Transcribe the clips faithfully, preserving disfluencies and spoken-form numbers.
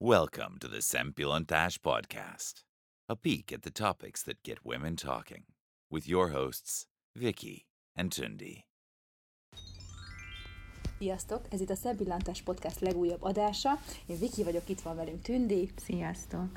Welcome to the Szempillantás Podcast, a peek at the topics that get women talking, with your hosts, Vicky and Tündi. Sziasztok! Ez itt a Szempillantás Podcast legújabb adása. Én Viki vagyok, itt van velünk Tündi. Sziasztok!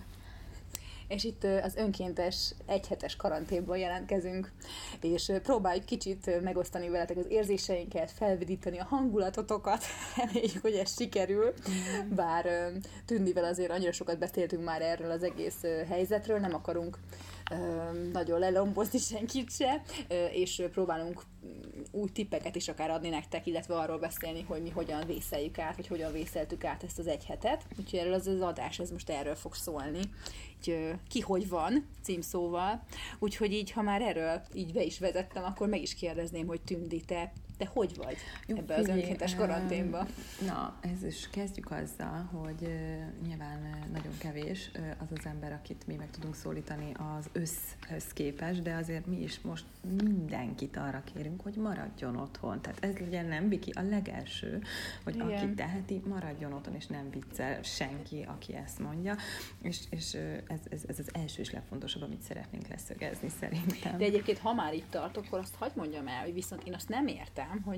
És itt az önkéntes egyhetes karanténban jelentkezünk, és próbáljuk kicsit megosztani veletek az érzéseinket, felvidítani a hangulatotokat. Reméljük, hogy ez sikerül. Bár Tündivel azért annyira sokat beszéltünk már erről az egész helyzetről, nem akarunk nagyon lelombozni senkit se, és próbálunk új tippeket is akár adni nektek, illetve arról beszélni, hogy mi hogyan vészeljük át, vagy hogyan vészeltük át ezt az egy hetet. Úgyhogy erről az, az adás, ez most erről fog szólni. Így, ki hogy van, címszóval. Úgyhogy így, ha már erről így be is vezettem, akkor meg is kérdezném, hogy Tündi, te, te hogy vagy Jó, ebbe az önkéntes karanténba? Na, ez is kezdjük azzal, hogy uh, nyilván uh, nagyon kevés uh, az az ember, akit mi meg tudunk szólítani az összhöz képest, de azért mi is most mindenkit arra kérünk, hogy maradjon otthon. Tehát ez legyen nem, Viki, a legelső, hogy Igen. aki teheti, maradjon otthon, és nem viccel senki, aki ezt mondja. És, és uh, ez, ez, ez az első és legfontosabb, amit szeretnénk leszögezni szerintem. De egyébként, ha már itt tartok, akkor azt hagyd mondjam el, hogy viszont én azt nem értem, hogy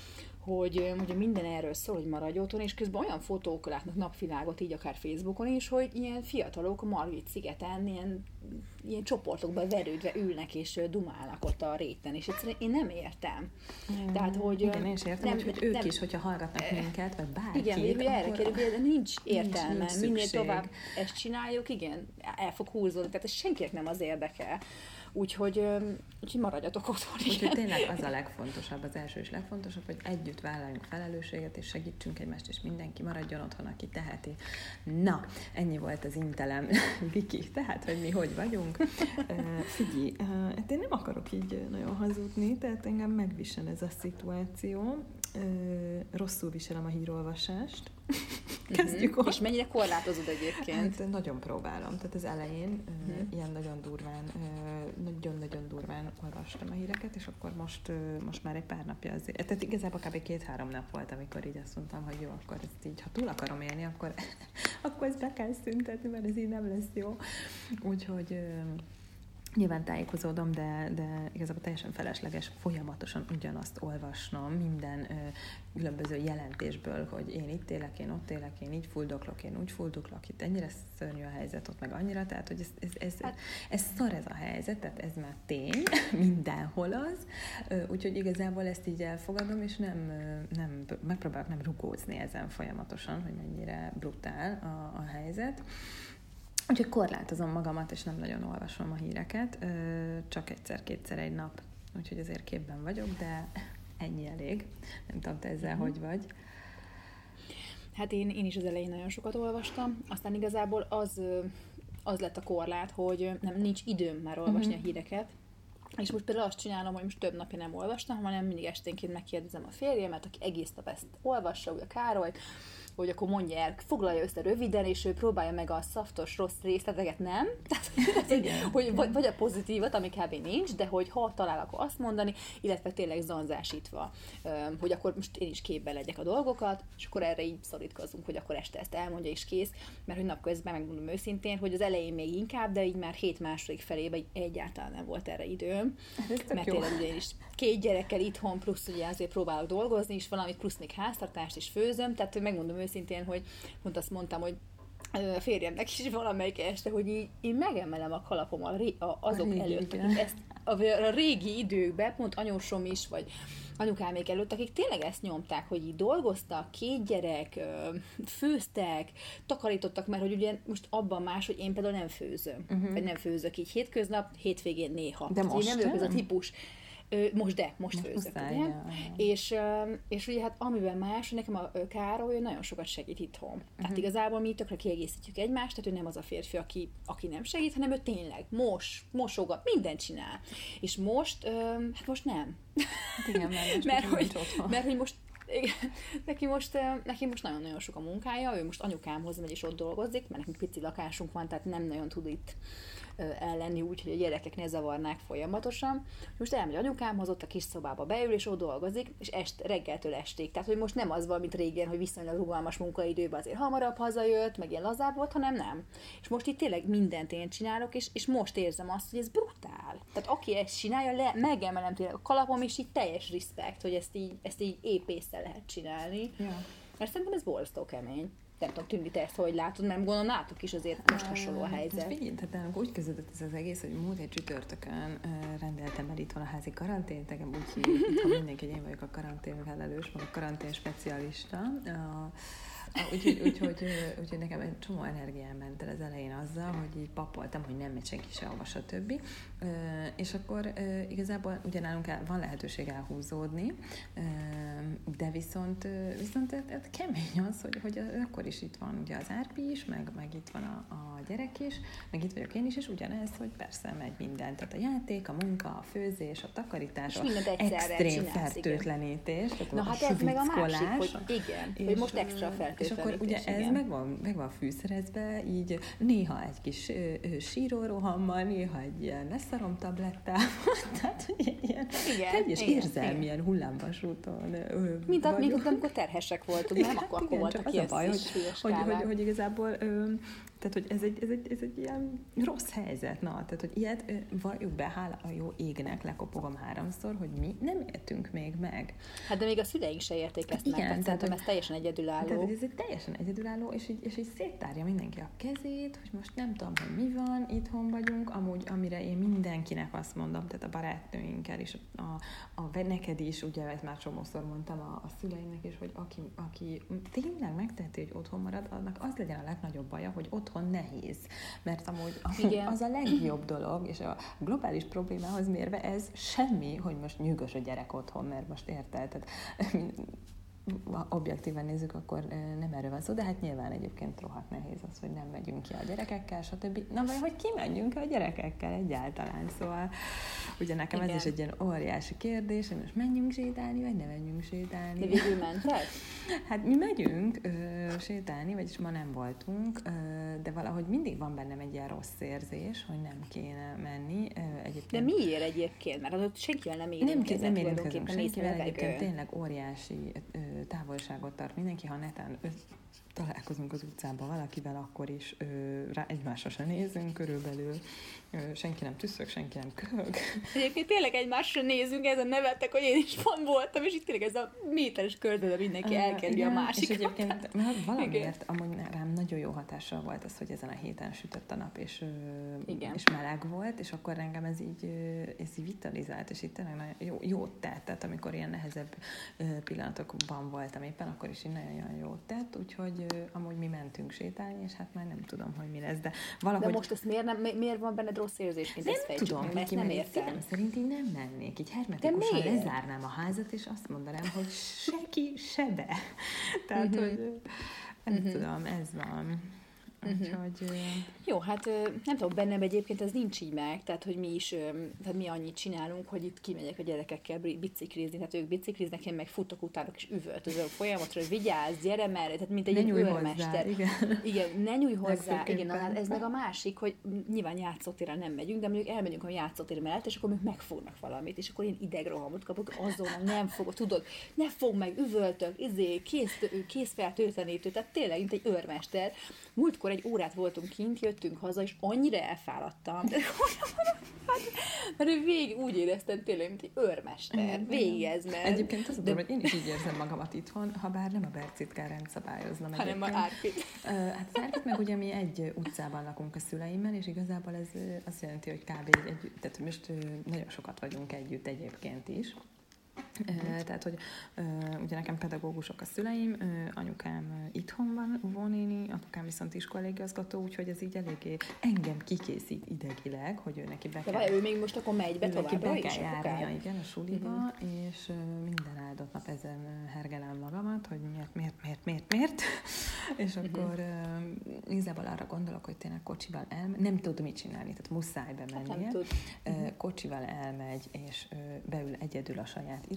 hogy ugye minden erről szól, hogy maradj otthon, és közben olyan fotók látnak napvilágot, így akár Facebookon is, hogy ilyen fiatalok a Margit szigeten ilyen, ilyen csoportokban verődve ülnek és dumálnak ott a réten, és egyszerűen én nem értem. Mm, Tehát, hogy igen, én is értem, nem, hogy, hogy ők nem, is, hogyha hallgatnak minket, vagy bárkit, igen, hogy erre kérjük, hogy nincs értelme, nincs, nincs minél szükség. tovább ezt csináljuk, igen, el fog húzódni, tehát ez senkinek nem az érdekel. Úgyhogy, úgyhogy maradjatok otthon. Úgyhogy tényleg az a legfontosabb, az első és legfontosabb, hogy együtt vállaljunk felelősséget, és segítsünk egymást, és mindenki maradjon otthon, aki teheti. Na, ennyi volt az intelem, Viki, tehát, hogy mi hogy vagyunk. Uh, figyelj, uh, hát én nem akarok így nagyon hazudni, tehát engem megvisel ez a szituáció. Uh, rosszul viselem a hírolvasást. Kezdjük ott. És mennyire korlátozod egyébként? Hát nagyon próbálom. Tehát az elején uh, hmm. ilyen nagyon durván, uh, nagyon-nagyon durván olvastam a híreket, és akkor most, uh, most már egy pár napja azért. Tehát igazából kb. két-három nap volt, amikor így azt mondtam, hogy jó, akkor ezt így, ha túl akarom élni, akkor, akkor ezt be kell szüntetni, mert ez így nem lesz jó. Úgyhogy uh, nyilván tájékozódom, de, de igazából teljesen felesleges folyamatosan ugyanazt olvasnom minden ö, különböző jelentésből, hogy én itt élek, én ott élek, én így fuldoklok, én úgy fuldoklok, itt ennyire szörnyű a helyzet, ott meg annyira, tehát hogy ez, ez, ez, ez, ez szar ez a helyzet, tehát ez már tény, mindenhol az, ö, úgyhogy igazából ezt így elfogadom, és nem, nem megpróbálok nem rugózni ezen folyamatosan, hogy mennyire brutál a, a helyzet. Úgyhogy korlátozom magamat, és nem nagyon olvasom a híreket, csak egyszer-kétszer egy nap. Úgyhogy azért képben vagyok, de ennyi elég. Nem tudom, te ezzel uh-huh. hogy vagy? Hát én, én is az elején nagyon sokat olvastam, aztán igazából az, az lett a korlát, hogy nem nincs időm már olvasni uh-huh. a híreket, és most például azt csinálom, hogy most több napja nem olvastam, hanem mindig esténként megkérdezem a férjemet, aki egész nap ezt olvassa, ugye a Károlyt, hogy akkor mondja el, foglalja össze röviden, és ő próbálja meg a szaftos, rossz részleteket, nem? Tehát, hogy vagy, vagy a pozitívat, ami kb. Nincs, de hogy ha talál, akkor azt mondani, illetve tényleg zanzásítva, hogy akkor most én is képben legyek a dolgokat, és akkor erre így szorítkozunk, hogy akkor este ezt elmondja, és kész, mert hogy napközben megmondom őszintén, hogy az elején még inkább, de így már hét második felében egyáltalán nem volt erre időm, mert jó. tényleg ugye is két gyerekkel itthon, plusz ugye azért próbálok dolgozni, és valamit plusz még háztartást is főzöm, tehát megmondom őszintén, hogy pont azt mondtam, hogy a férjemnek is valamelyik este, hogy így, én megemelem a kalapom a ré, a, azok a előtt, akik ezt a, a régi időkben, pont anyósom is, vagy anyukámék előtt, akik tényleg ezt nyomták, hogy így dolgoztak, két gyerek, főztek, takarítottak, mert hogy ugye most abban más, hogy én például nem főzöm, uh-huh. vagy nem főzök így hétköznap, hétvégén néha. De most én nem vagyok ez a típus. Most de, most, most főzök, ugye? Ja. És, és ugye hát amiben más, nekem a Károly nagyon sokat segít itthon. Uh-huh. Tehát igazából mi tökre kiegészítjük egymást, tehát ő nem az a férfi, aki, aki nem segít, hanem ő tényleg mos, mosogat, mindent csinál. És most, hát most nem. Hát igen, mert, mert, hogy, mert hogy most Igen. Neki most, neki most nagyon-nagyon sok a munkája, ő most anyukámhoz megy és ott dolgozik, mert nekünk pici lakásunk van, tehát nem nagyon tud itt ellenni úgy, hogy a gyerekek ne zavarnák folyamatosan. Most elmegy anyukámhoz, ott a kis szobába beül, és ott dolgozik, és est, reggeltől estig. Tehát, hogy most nem az van, mint régen, hogy viszonylag rugalmas munkaidőben azért hamarabb hazajött, meg ilyen lazább volt, hanem nem. És most itt tényleg mindent én csinálok, és, és most érzem azt, hogy ez brutál. Tehát aki ezt csinálja, le, megemelem tényleg a kalapom, és így teljes respekt, hogy ezt így, ezt így épp észre lehet csinálni. Ja. Mert szerintem ez borzasztó kemény. Nem tudom, Tündi, te ezt hogy látod, mert gondolom nálatok is azért most hasonló a helyzet. Hát figyelj, tehát nálunk úgy kezdődött ez az egész, hogy múlt egy csütörtökön uh, rendeltem el itthon a házi karantént, nekem úgy hívjuk itthon mindenki, hogy én vagyok a karantén felelős, meg a karantén specialista. Uh, Úgyhogy úgy, úgy, úgy, nekem egy csomó energiám ment el az elején azzal, hogy így papoltam, hogy nem megy senki se olva, stb. És akkor igazából ugyanálunk el, van lehetőség elhúzódni, de viszont, viszont ez, ez kemény az, hogy, hogy akkor is itt van ugye az Árpi is, meg, meg itt van a, a gyerek is, meg itt vagyok én is, és ugyanez, hogy persze megy minden. Tehát a játék, a munka, a főzés, a takarítás, a extrém fertőtlenítés. Na hát ez meg a másik, hogy igen, és, hogy most extra fertőtlenítés. És akkor ugye ez meg van, meg van fűszerezve, így néha egy kis ö, ö, sírórohammal, néha egy ilyen leszarom tablettával, tehát hogy ilyen teljes érzelmilyen hullámvasúton ö, Mint a, mint amikor terhesek voltunk, nem? Hát akkor, igen, akkor csak az a baj, hogy, hogy, hogy, hogy igazából ö, tehát, hogy ez egy, ez, egy, ez egy ilyen rossz helyzet, na, tehát, hogy ilyet ö, valljuk be, hála a jó égnek, lekopogom háromszor, hogy mi nem értünk még meg. Hát de még a szüleink se érték ezt meg, tehát szerintem ez teljesen egyedülálló. Tehát ez egy teljesen egyedülálló, és így, és így széttárja mindenki a kezét, hogy most nem tudom, hogy mi van, itthon vagyunk, amúgy, amire én mindenkinek azt mondom, tehát a barátnőinkkel is, a, a, a neked is, ugye ezt már csomószor mondtam a, a szüleimnek is, hogy aki, aki tényleg megteheti, hogy otthon marad, annak az legyen a legnagyobb baja, hogy otthon nehéz. Mert amúgy, amúgy az a legjobb dolog, és a globális problémához mérve ez semmi, hogy most nyűgös a gyerek otthon, mert most érted, tehát objektíven nézzük, akkor nem erről van szó, de hát nyilván egyébként rohadt nehéz az, hogy nem megyünk ki a gyerekekkel, stb. Na, vagy hogy kimenjünk a gyerekekkel egyáltalán, szóval ugye nekem igen. Ez is egy ilyen óriási kérdés, hogy most menjünk sétálni, vagy ne menjünk sétálni. De végül mentek? Hát mi megyünk ö, sétálni, vagyis ma nem voltunk, ö, de valahogy mindig van bennem egy ilyen rossz érzés, hogy nem kéne menni. Ö, egyébként... De miért egyébként? Mert az ott senkivel nem érintkezett. Nem, nem érintkezünk senkivel, egyébként tényleg óriási ö, távolságot tart mindenki, ha netán ö, találkozunk az utcában valakivel, akkor is ö, rá egymásra se nézünk körülbelül, ö, senki nem tüsszög, senki nem köhög. Egyébként tényleg egymásra nézünk, ezen nevettek, hogy én is van voltam, és itt tényleg ez a méteres körbe mindenki elkerüli a másikat. És egyébként valamiért amúgy rám nagyon jó hatással volt az, hogy ezen a héten sütött a nap, és, és meleg volt, és akkor engem ez így, ez így vitalizált, és itt tényleg nagyon jó, jót tett, tehát amikor ilyen nehezebb pillanatokban voltam éppen, akkor is így nagyon jót tett, úgyhogy amúgy mi mentünk sétálni, és hát már nem tudom, hogy mi lesz, de valahogy... De most ezt miért, nem, miért van benned rossz érzésként? Nem ezt tudom, meg, mert nem értem. Szerint így nem mennék, így hermetikusan lezárnám a házat, és azt mondanám, hogy se ki, se be. Tehát, uh-huh. hogy nem uh-huh. tudom, ez van. Úgyhogy... Uh-huh. Jó, hát nem tudom, bennem egyébként ez nincs így meg, tehát hogy mi is, tehát mi annyit csinálunk, hogy itt kimegyek a gyerekekkel biciklizni, tehát ők bicikliznek, én meg futok utánuk és üvöltözök folyamatra, hogy vigyázz, gyere merre, tehát mint egy őrmester. Igen. igen, ne nyújj hozzá, igen, na, hát ez meg a másik, hogy nyilván játszótérre nem megyünk, de mondjuk elmegyünk a játszótér mellett, és akkor még megfognak valamit, és akkor én idegrohamot kapok, azonnal nem fogok, tudod, ne fog meg, üvöltök, izé, kész, készfeltöltenítő, tehát tényleg, mint egy őrmester. Múltkor egy órát voltunk kint, jöttünk haza, és annyira elfáradtam. Mert ő végig úgy éreztem tényleg, mint egy őrmester. Végez, mert... Egyébként az a dolog, hogy én is így érzem magamat itthon, ha bár nem a Bercit kell rendszabályoznom. Hanem a Árpit. Hát az Árpit meg ugye mi egy utcában lakunk a szüleimmel, és igazából ez azt jelenti, hogy kb. Együtt, tehát most nagyon sokat vagyunk együtt egyébként is. Uh, tehát, hogy uh, ugye nekem pedagógusok a szüleim, uh, anyukám uh, itthon van, óvónéni, apukám viszont iskolaigazgató, úgyhogy ez így eléggé engem kikészít idegileg, hogy ő neki be kell... De ő még most akkor megy be továbbra is? Be kell járnia, igen, a suliba, uh-huh. és uh, minden áldott nap ezen uh, hergelem magamat, hogy miért, miért, miért, miért, miért, és uh-huh. akkor uh, igazából arra gondolok, hogy tényleg kocsival elmegy, nem tud mit csinálni, tehát muszáj bemennie, hát uh, kocsival elmegy, és uh, beül egyedül a saját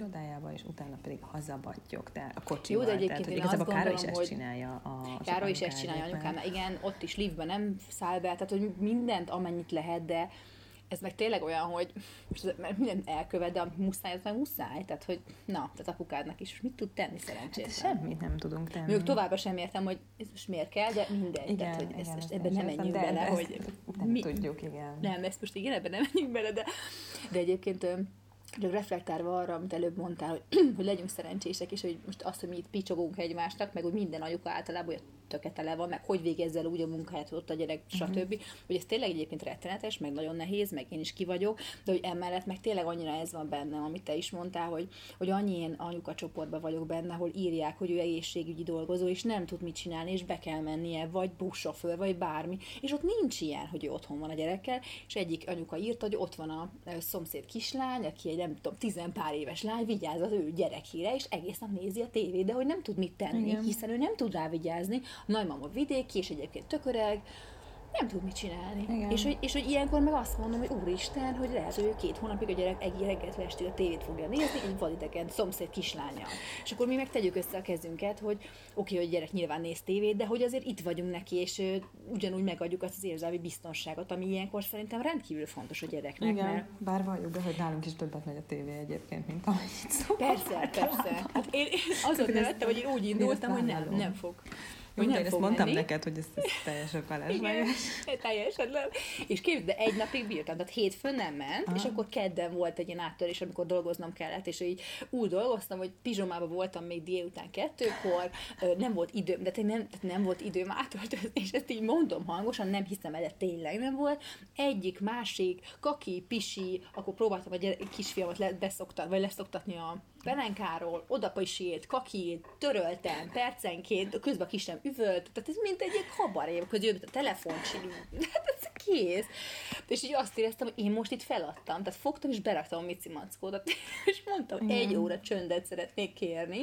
irodájába, és utána pedig hazabattyog, de a kocsival. Jó, de egyébként tehát, hogy én igazából azt Károly gondolom, is hogy ezt csinálja. A, Károly is ezt csinálja anyukám, igen, ott is liftben nem száll be, tehát hogy mindent, amennyit lehet, de ez meg tényleg olyan, hogy mert mindent elkövet, de amit muszáj, az meg muszáj. Tehát, hogy na, tehát apukádnak is mit tud tenni szerencsére. Hát semmit nem tudunk tenni. Mondjuk továbbra sem értem, hogy ez most miért kell, de mindegy. Igen, tehát, hogy igen, ezt, ezt ebben nem menjünk de, bele, de hogy... Nem mi, tudjuk, igen. Nem, ezt most igen, ebben nem menjünk bele, de, de egyébként csak reflektálva arra, amit előbb mondtál, hogy, hogy legyünk szerencsések, és hogy most azt, hogy mi itt picsogunk egymásnak, meg hogy minden anyuka általában töke tele van, meg hogy végezz el úgy a munkáját, hogy ott a gyerek, stb. Uh-huh. Hogy ez tényleg egyébként rettenetes, meg nagyon nehéz, meg én is ki vagyok, de hogy emellett meg tényleg annyira ez van bennem, amit te is mondtál, hogy, hogy annyi ilyen anyuka csoportban vagyok benne, ahol írják, hogy ő egészségügyi dolgozó, és nem tud mit csinálni, és be kell mennie, vagy buszsofőr, vagy bármi, és ott nincs ilyen, hogy ő otthon van a gyerekkel, és egyik anyuka írta, hogy ott van a szomszéd kislány, aki egy nem tudom, tizen pár éves lány, vigyáz az ő gyerekére, és egész nap nézi a tévét, de hogy nem tud mit tenni, igen. Hiszen ő nem tud rá vigyázni. A nagymama vidéki, és egyébként tök öreg, nem tud mit csinálni. És hogy, és hogy ilyenkor meg azt mondom, hogy úristen, hogy lehet, hogy ő két hónapig a gyerek egy reggeltől estig a tévét fogja nézni, egy vadidegen szomszéd kislányjal. És akkor mi meg tegyük össze a kezünket, hogy oké, okay, hogy a gyerek nyilván néz tévét, de hogy azért itt vagyunk neki, és uh, ugyanúgy megadjuk azt az érzelmi biztonságot, ami ilyenkor szerintem rendkívül fontos a gyereknek. Igen, mert... bár valljuk be, hogy nálunk is többet megy a tévé egyébként, mint amennyit szó. Persze, persze. Hát én azon nevettem, hogy én úgy indultam, hogy nem, nem fog. Hogy nem én ezt mondtam menni. Neked, hogy ez, ez teljesen felesleges. Teljesen nem. És képzeld, de egy napig bírtam, tehát hétfőn nem ment, aha. És akkor kedden volt egy ilyen áttörés, amikor dolgoznom kellett, és így úgy dolgoztam, hogy pizsomában voltam még délután kettőkor, nem volt időm, de nem, tehát nem volt időm átöltözni, és ezt így mondom hangosan, nem hiszem el, de tényleg nem volt. Egyik, másik, kaki, pisi, akkor próbáltam a gyere, kisfiamat le, beszoktat, vagy leszoktatni a pelenkáról, odapisílt, kakílt, töröltem percenként, közben a kisem üvölt, tehát ez mint egy ilyen kabaré, hogy jön a telefoncsilú, hát ez kész. És így azt éreztem, hogy én most itt feladtam, tehát fogtam és beraktam a Mici Mackódat, és mondtam, mm. egy óra csöndet szeretnék kérni,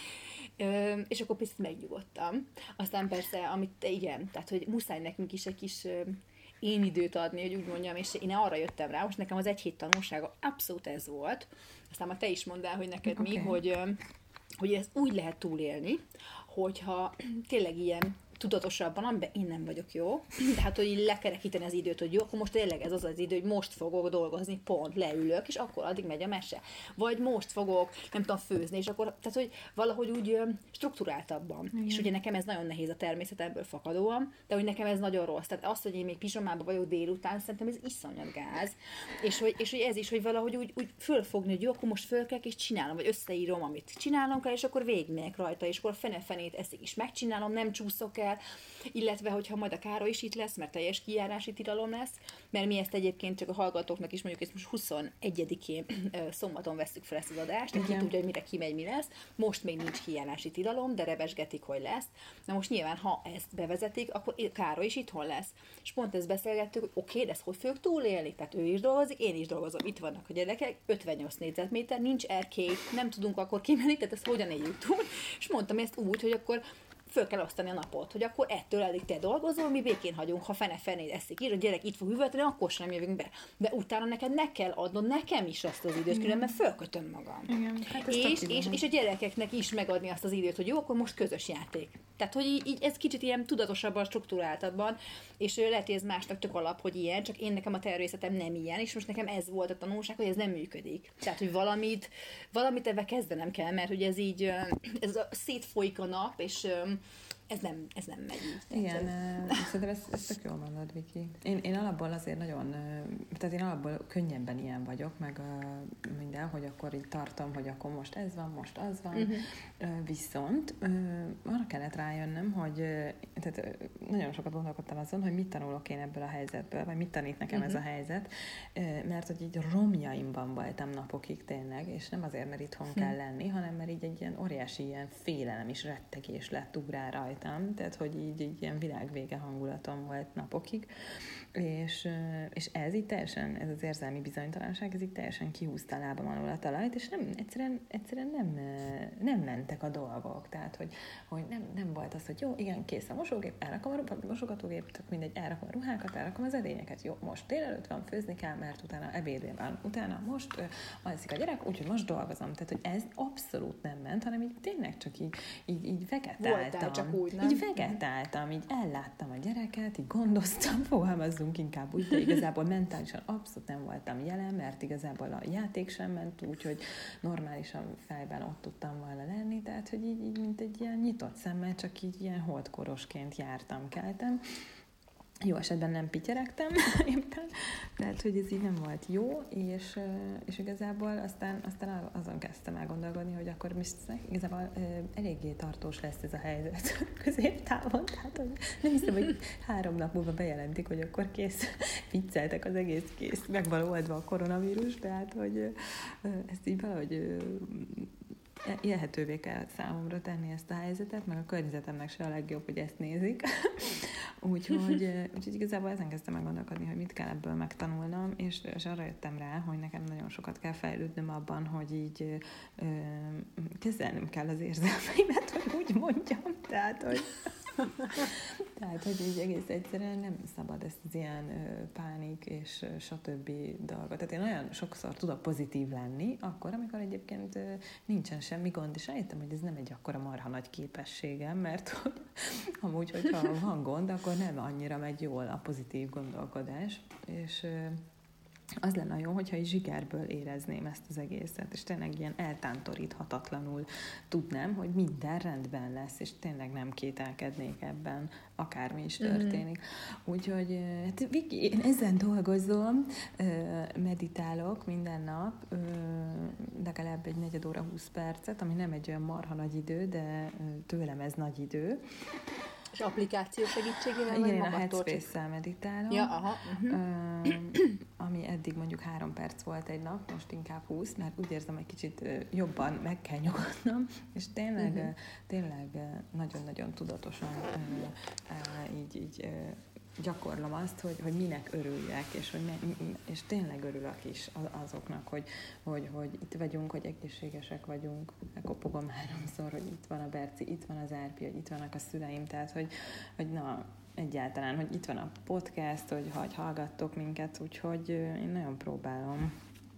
Ö, és akkor picit megnyugodtam. Aztán persze, amit igen, tehát hogy muszáj nekünk is egy kis én időt adni, hogy úgy mondjam, és én arra jöttem rá, most nekem az egy hét tanulsága abszolút ez volt, aztán már te is mondd el, hogy neked okay. mi, hogy, hogy ezt úgy lehet túlélni, hogyha tényleg ilyen tudatosabban, amiben én nem vagyok jó, tehát hogy így lekerekíteni az időt, hogy jó, akkor most tényleg ez az az idő, hogy most fogok dolgozni, pont, leülök, és akkor addig megy a mese. Vagy most fogok, nem tudom, főzni, és akkor, tehát hogy valahogy úgy strukturáltabban. Igen. És ugye nekem ez nagyon nehéz a természetemből fakadóan, de hogy nekem ez nagyon rossz. Tehát az, hogy én még pizsomában vagyok délután, szerintem ez iszonyat gáz. És hogy, és hogy ez is, hogy valahogy úgy, úgy fölfogni, hogy jó, akkor most fölkelek és csinálom, vagy összeírom, amit csinálnom kell, és akkor végigmegyek rajta, és akkor fene-fenét eszik is megcsinálom, nem csúszok el, illetve, hogyha majd a Károly is itt lesz, mert teljes kijárási tilalom lesz, mert mi ezt egyébként csak a hallgatóknak is mondjuk, ezt most huszonegyedikén szombaton vesszük fel ezt az adást, ki tudja, hogy mire kimegy, mi lesz. Most még nincs kijárási tilalom, de rebesgetik, hogy lesz. Na most nyilván, ha ezt bevezetik, akkor Károly is itthon lesz. És pont ezt beszélgettük, hogy oké, okay, de ezt hogy fogjuk túlélni? Tehát ő is dolgozik, én is dolgozom, itt vannak a gyerekek, ötvennyolc négyzetméter, nincs erkély, nem tudunk akkor kimenni, tehát ezt hogyan éljük túl? És mondtam ezt úgy, hogy akkor föl kell osztani a napot, hogy akkor ettől eddig te dolgozol, mi békén hagyunk, ha fene-fené eszik ír, a gyerek itt fog üvölteni, akkor sem jövünk be. De utána neked meg kell adnod nekem is azt az időt, különben fölkötöm magam. Igen. Hát és, és, és a gyerekeknek is megadni azt az időt, hogy jó, akkor most közös játék. Tehát, hogy így, így ez kicsit ilyen tudatosabban, struktúráltabban, és lehet, hogy ez másnak tök alap, hogy ilyen, csak én nekem a természetem nem ilyen, és most nekem ez volt a tanulság, hogy ez nem működik. Tehát, hogy valamit, valamit ebbe kezdenem kell, mert hogy ez így, ez a, szétfolyik a nap, és ez nem, ez nem megy így. Igen, ez... szerintem ezt, ezt tök jól mondod, Viki. Én, én alapból azért nagyon, tehát én alapból könnyebben ilyen vagyok, meg minden, hogy akkor így tartom, hogy akkor most ez van, most az van. Uh-huh. Viszont arra kellett rájönnöm, hogy tehát nagyon sokat gondolkodtam azon, hogy mit tanulok én ebből a helyzetből, vagy mit tanít nekem uh-huh. ez a helyzet, mert hogy így romjaimban voltam napokig tényleg, és nem azért, mert itthon uh-huh. kell lenni, hanem mert így egy ilyen óriási ilyen félelem és rettegés lett ugrál rajta. rajtam, tehát hogy így, így ilyen világvége hangulatom volt napokig, és, és ez így teljesen, ez az érzelmi bizonytalanság, ez így teljesen kihúzta a lábam alól a talajt, és nem, egyszerűen, egyszerűen nem, nem mentek a dolgok, tehát hogy, hogy nem, nem volt az, hogy jó, igen, kész a mosógép, elrakom a mosogatógép, tök mindegy, elrakom a ruhákat, elrakom az edényeket, jó, most délelőtt van, főzni kell, mert utána ebédén van, utána most alszik a gyerek, úgyhogy most dolgozom. Tehát, hogy ez abszolút nem ment, hanem így tényleg csak így, így, így vegetáltam. Voltál csak úgy, nem? Így vegetáltam, így elláttam a gyereket, így gondoztam, fogalmazzunk inkább úgy, de igazából mentálisan abszolút nem voltam jelen, mert igazából a játék sem ment úgy, hogy normálisan fejben ott tudtam volna lenni, tehát, hogy így, így mint egy ilyen nyitott szemmel, csak így ilyen holdkorosként jártam, keltem. Jó esetben nem pityeregtem éppen, tehát, hogy ez így nem volt jó, és, és igazából aztán, aztán azon kezdtem el gondolkodni, hogy akkor most igazából eléggé tartós lesz ez a helyzet középtávon, tehát hogy nem hiszem, hogy három nap múlva bejelentik, hogy akkor kész, vicceltek az egész kész, meg van oldva a koronavírus, tehát, hogy ezt így valahogy élhetővé kell számomra tenni ezt a helyzetet, meg a környezetemnek se a legjobb, hogy ezt nézik. úgyhogy, úgyhogy igazából ezen kezdtem meg gondolkodni, hogy mit kell ebből megtanulnom, és, és arra jöttem rá, hogy nekem nagyon sokat kell fejlődnöm abban, hogy így ö, kezelnem kell az érzelmeimet, hogy úgy mondjam. Tehát, hogy Tehát, hogy így egész egyszerűen nem szabad ezt az ilyen ö, pánik és ö, stb. Dolgot. Tehát én olyan sokszor tudok pozitív lenni, akkor, amikor egyébként ö, nincsen semmi gond, és rájöttem, hogy ez nem egy akkora marha nagy képességem, mert hogy, amúgy, hogyha van gond, akkor nem annyira megy jól a pozitív gondolkodás, és ö, az lenne jó, hogyha is zsigerből érezném ezt az egészet, és tényleg ilyen eltántoríthatatlanul tudnám, hogy minden rendben lesz, és tényleg nem kételkednék ebben, akármi is történik. Mm-hmm. Úgyhogy hát, Viki, én ezen dolgozom, meditálok minden nap, legalább egy negyed óra, húsz percet, ami nem egy olyan marha nagy idő, de tőlem ez nagy idő. És applikáció segítségével? Igen, én a Headspace-szel meditálom. Ja, aha. Uh-huh. Ö, ami eddig mondjuk három perc volt egy nap, most inkább húsz, mert úgy érzem, hogy kicsit jobban meg kell nyugodnom, és tényleg, uh-huh. tényleg nagyon-nagyon tudatosan így, így gyakorlom azt, hogy, hogy minek örüljek, és, hogy me, és tényleg örülök is azoknak, hogy, hogy, hogy itt vagyunk, hogy egészségesek vagyunk. Kopogom háromszor, hogy itt van a Berci, itt van az Árpi, hogy itt vannak a szüleim, tehát hogy, hogy na, egyáltalán, hogy itt van a podcast, hogy, hogy hallgattok minket, úgyhogy én nagyon próbálom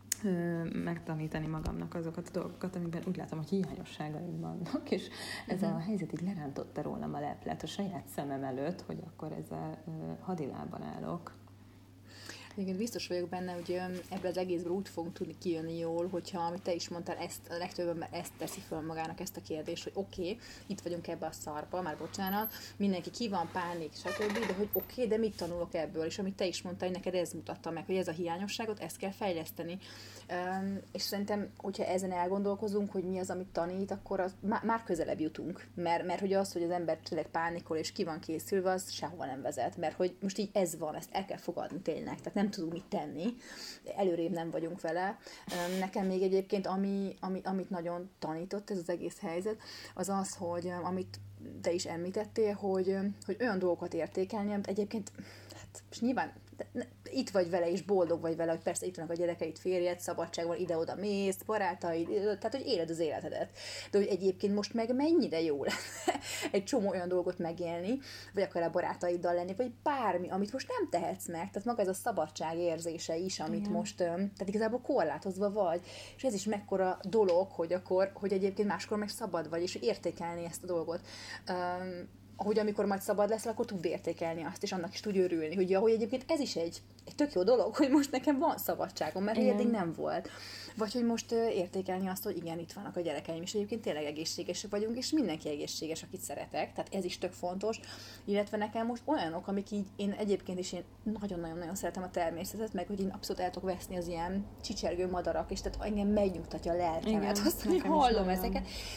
megtanítani magamnak azokat a dolgokat, amiben úgy látom, hogy hiányosságaim vannak, és ez uh-huh. a helyzet így lerántotta rólam a leplet a saját szemem előtt, hogy akkor ezzel hadilában állok. Igen, biztos vagyok benne, hogy ebből az egészből úgy fogunk tudni kijönni jól, hogyha, amit te is mondtál, ezt, a legtöbb ember ezt teszi föl magának ezt a kérdést, hogy oké, okay, itt vagyunk ebbe a szarba, már bocsánat, mindenki ki van, pánik, stb., de hogy oké, okay, de mit tanulok ebből, és amit te is mondtál, hogy neked ez mutatta meg, hogy ez a hiányosságot, ezt kell fejleszteni. Um, és szerintem, hogyha ezen elgondolkozunk, hogy mi az, amit tanít, akkor az má- már közelebb jutunk, mert, mert hogy az, hogy az ember tényleg pánikol és ki van készülve, az sehova nem vezet, mert hogy most így ez van, ezt el kell fogadni tényleg, tehát nem tudunk mit tenni, előrébb nem vagyunk vele. Um, nekem még egyébként, ami, ami, amit nagyon tanított ez az egész helyzet, az az, hogy um, amit te is említettél, hogy, hogy olyan dolgokat értékelni, amit egyébként, hát most nyilván itt vagy vele, és boldog vagy vele, hogy persze itt vannak a gyerekeid, férjed, szabadságban, ide-oda mész, barátaid, tehát, hogy éled az életedet. De hogy egyébként most meg mennyire jó lenne egy csomó olyan dolgot megélni, vagy akár a barátaiddal lenni, vagy bármi, amit most nem tehetsz meg. Tehát maga ez a szabadság érzése is, amit igen. most, tehát igazából korlátozva vagy. És ez is mekkora dolog, hogy akkor, hogy egyébként máskor meg szabad vagy, és értékelni ezt a dolgot. Um, hogy amikor majd szabad lesz, akkor tud értékelni azt, és annak is tud örülni, hogy ja, hogy egyébként ez is egy, egy tök jó dolog, hogy most nekem van szabadságom, mert eddig nem volt. Vagy hogy most uh, értékelni azt, hogy igen, itt vannak a gyerekeim, és egyébként tényleg egészségesek vagyunk, és mindenki egészséges, akit szeretek, tehát ez is tök fontos, illetve nekem most olyanok, amik így, én egyébként is én nagyon-nagyon-nagyon szeretem a természetet, meg hogy én abszolút el tudok veszni az ilyen csicsergő madarak, és tehát engem megnyugtatja a lelkemet, azt, hogy hallom ezeket.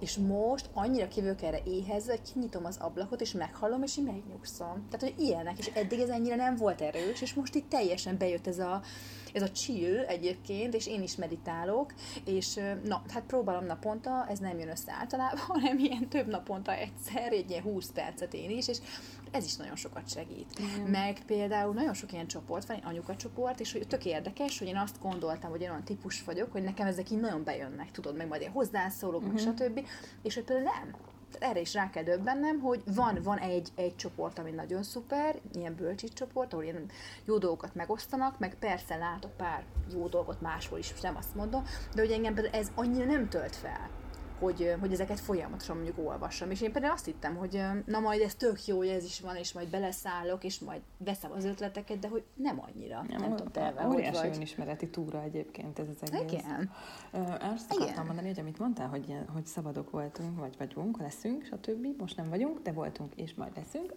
És most annyira kivők erre éhezve, hogy kinyitom az ablakot, és meghallom, és így megnyugszom. Tehát, hogy ilyenek, és eddig ez ennyire nem volt erős, és most itt teljesen bejött ez a, ez a chill egyébként, és én is meditálok, és na, hát próbálom naponta, ez nem jön össze általában, hanem ilyen több naponta egyszer, egy ilyen húsz percet én is, és ez is nagyon sokat segít. Mm. Meg például nagyon sok ilyen csoport van, egy anyuka csoport, és hogy tök érdekes, hogy én azt gondoltam, hogy én olyan típus vagyok, hogy nekem ezek így nagyon bejönnek, tudod, meg majd én hozzászólok, mm-hmm. meg stb. És hogy például nem. Erre is rá kell döbbennem, hogy van, van egy, egy csoport, ami nagyon szuper, ilyen bölcsi csoport, ahol ilyen jó dolgokat megosztanak, meg persze látok pár jó dolgot máshol is, nem azt mondom, de hogy engem ez annyira nem tölt fel, hogy, hogy ezeket folyamatosan mondjuk olvassam. És én például azt hittem, hogy na majd ez tök jó, hogy ez is van, és majd beleszállok, és majd veszem az ötleteket, de hogy nem annyira. Nem, nem tudom te, hogy óriási vagy. Önismereti túra egyébként ez az egész. Igen. Azt akartam mondani, hogy amit mondtál, hogy, hogy szabadok voltunk, vagy vagyunk, leszünk, stb. Most nem vagyunk, de voltunk, és majd leszünk.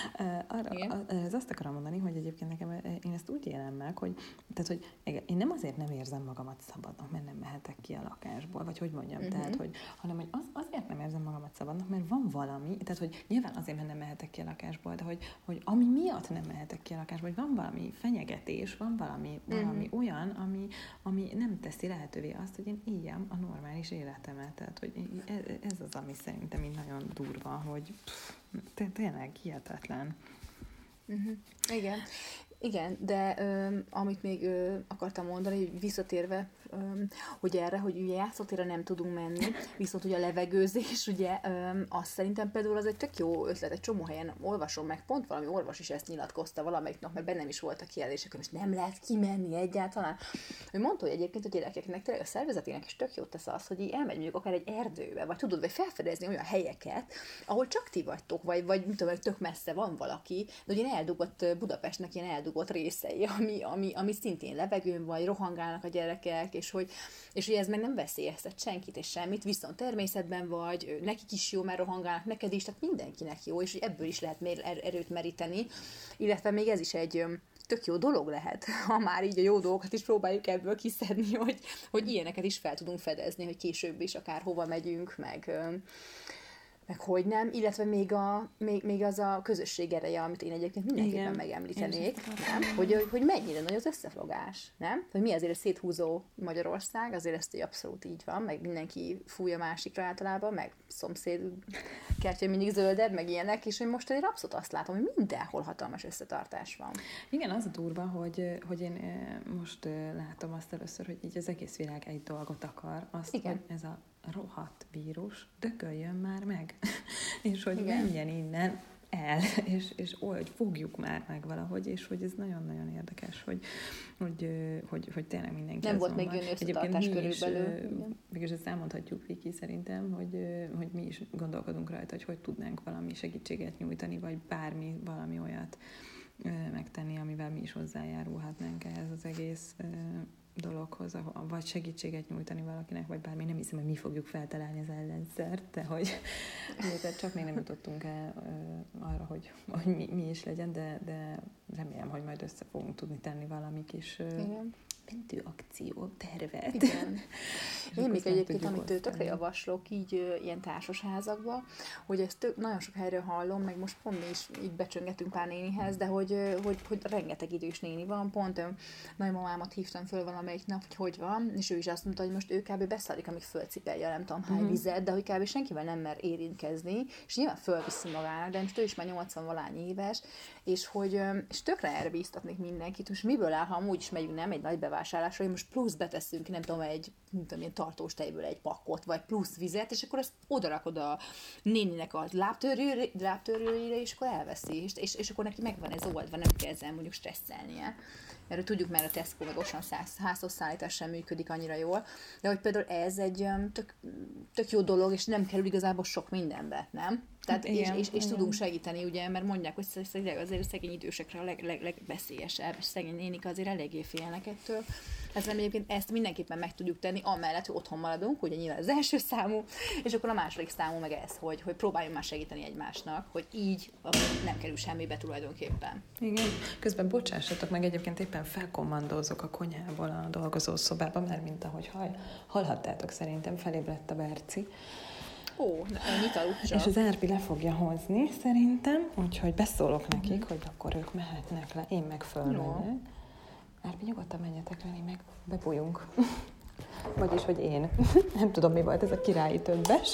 Arra, ez azt akarom mondani, hogy egyébként nekem én ezt úgy élem meg, hogy, tehát, hogy én nem azért nem érzem magamat szabadnak, mert nem mehetek ki a lakásból, vagy hogy mondjam, uh-huh. tehát, hogy hanem hogy az, azért nem érzem magamat szabadnak, mert van valami, tehát hogy nyilván azért, mert nem mehetek ki a lakásból, de hogy, hogy ami miatt nem mehetek ki a lakásból, hogy van valami fenyegetés, van valami, valami mm. olyan, ami, ami nem teszi lehetővé azt, hogy én éljem a normális életemet. Tehát, hogy ez az, ami szerintem így nagyon durva, hogy pff, tényleg hihetetlen. Uh-huh. Igen. Igen, de ö, amit még ö, akartam mondani, hogy visszatérve, ö, hogy erre, hogy ugye játszótérre nem tudunk menni, viszont ugye a levegőzés, ugye, ö, azt szerintem például az egy tök jó ötlet, egy csomó helyen olvasom meg, pont valami orvos is ezt nyilatkozta valamelyik nap, mert bennem is voltak kijelzések, hogy most nem lehet kimenni egyáltalán. Ő mondta, hogy egyébként a gyerekeknek, tényleg a szervezetének is tök jót tesz az, hogy így elmegy mondjuk akár egy erdőbe, vagy tudod, vagy felfedezni olyan helyeket, ahol csak ti vagytok, vagy, vagy mit tudom, tök messze van valaki, de hogy ilyen eldugott Budapestnek ilyen eldugott részei, ami, ami, ami szintén levegőn vagy, rohangálnak a gyerekek, és hogy, és hogy ez meg nem veszélyeztet senkit és semmit, viszont természetben vagy, nekik is jó, mert rohangálnak, neked is, tehát mindenkinek jó, és hogy ebből is lehet er- erőt meríteni, illetve még ez is egy tök jó dolog lehet, ha már így a jó dolgokat is próbáljuk ebből kiszedni, hogy, hogy ilyeneket is fel tudunk fedezni, hogy később is akár hova megyünk, meg meg hogy nem, illetve még, a, még, még az a közösség ereje, amit én egyébként mindenképpen igen, megemlítenék, nem? Hogy, hogy mennyire nagy az összefogás, nem? Hogy mi azért széthúzó Magyarország, azért ezt abszolút így van, meg mindenki fúj a másikra általában, meg szomszéd kertje mindig zöldebb, meg ilyenek, és hogy most azért abszolút azt látom, hogy mindenhol hatalmas összetartás van. Igen, az a durva, hogy, hogy én most látom azt először, hogy így az egész világ egy dolgot akar, azt, igen. hogy ez a rohadt vírus, dököljön már meg, és hogy igen. menjen innen el, és, és hogy fogjuk már meg valahogy, és hogy ez nagyon-nagyon érdekes, hogy, hogy, hogy, hogy tényleg mindenki nem volt még jönni összetartás körülbelül. Mégis ezt elmondhatjuk, Viki, szerintem, hogy, hogy mi is gondolkodunk rajta, hogy hogy tudnánk valami segítséget nyújtani, vagy bármi, valami olyat megtenni, amivel mi is hozzájárulhatnánk ehhez az egész dologhoz, vagy segítséget nyújtani valakinek, vagy bármi. Nem hiszem, hogy mi fogjuk feltalálni az ellenszert, de hogy csak még nem jutottunk el arra, hogy, hogy mi, mi is legyen, de, de remélem, hogy majd össze fogunk tudni tenni valami kis mentő akció tervet. Igen. Én még egyébként, amit tökre javaslok így ilyen társasházakba, hogy ezt tök, nagyon sok helyről hallom, meg most pont mi is így becsöngetünk pár nénihez, de hogy, hogy, hogy rengeteg idős néni van, pont nagymamámat hívtam föl valamelyik nap, hogy hogy van, és ő is azt mondta, hogy most ő kb. Beszállik, amíg fölcipelje, nem tudom hány vizet, de hogy kb. Senkivel nem mer érintkezni, és nyilván fölviszi magának, de most ő is már nyolcvan valány éves, és hogy és tökre erre bíztatnék mindenkit, most miből áll, ha amúgy is megyünk, nem egy nagy bevásárlásra, hogy most plusz beteszünk, nem tudom, egy nem tudom, ilyen tartós tejből egy pakkot, vagy plusz vizet, és akkor ezt odarakod a néninek a lábtörőjére, és akkor elveszi, és, és, és akkor neki megvan ez oldva, nem kell ezzel mondjuk stresszelnie. Mert tudjuk, mert a Tesco meg Osan házhoz szállítás sem működik annyira jól, de hogy például ez egy tök, tök jó dolog, és nem kerül igazából sok mindenbe, nem? Tehát igen, és, és, és tudunk segíteni, ugye, mert mondják, hogy azért a szegény idősekre a leg, leg, legveszélyesebb, és szegény nénik azért eléggé félnek ettől. Ezzel egyébként ezt mindenképpen meg tudjuk tenni, amellett, hogy otthon maradunk, ugye nyilván az első számú, és akkor a második számú meg ez, hogy, hogy próbáljunk már segíteni egymásnak, hogy így nem kerül semmibe tulajdonképpen. Igen, közben bocsássatok meg, egyébként éppen felkommandózok a konyhából a dolgozószobába, mert mint ahogy hall, hallhattátok, szerintem felébredt a Berci. Ó, ennyit aludt csak. És az Árpi le fogja hozni, szerintem, úgyhogy beszólok nekik, uh-huh. hogy akkor ők mehetnek le, én meg fölmegyek. Árpi, nyugodtan menjetek le, meg bebújunk. Vagyis, hogy én. Nem tudom, mi volt ez a királyi többes.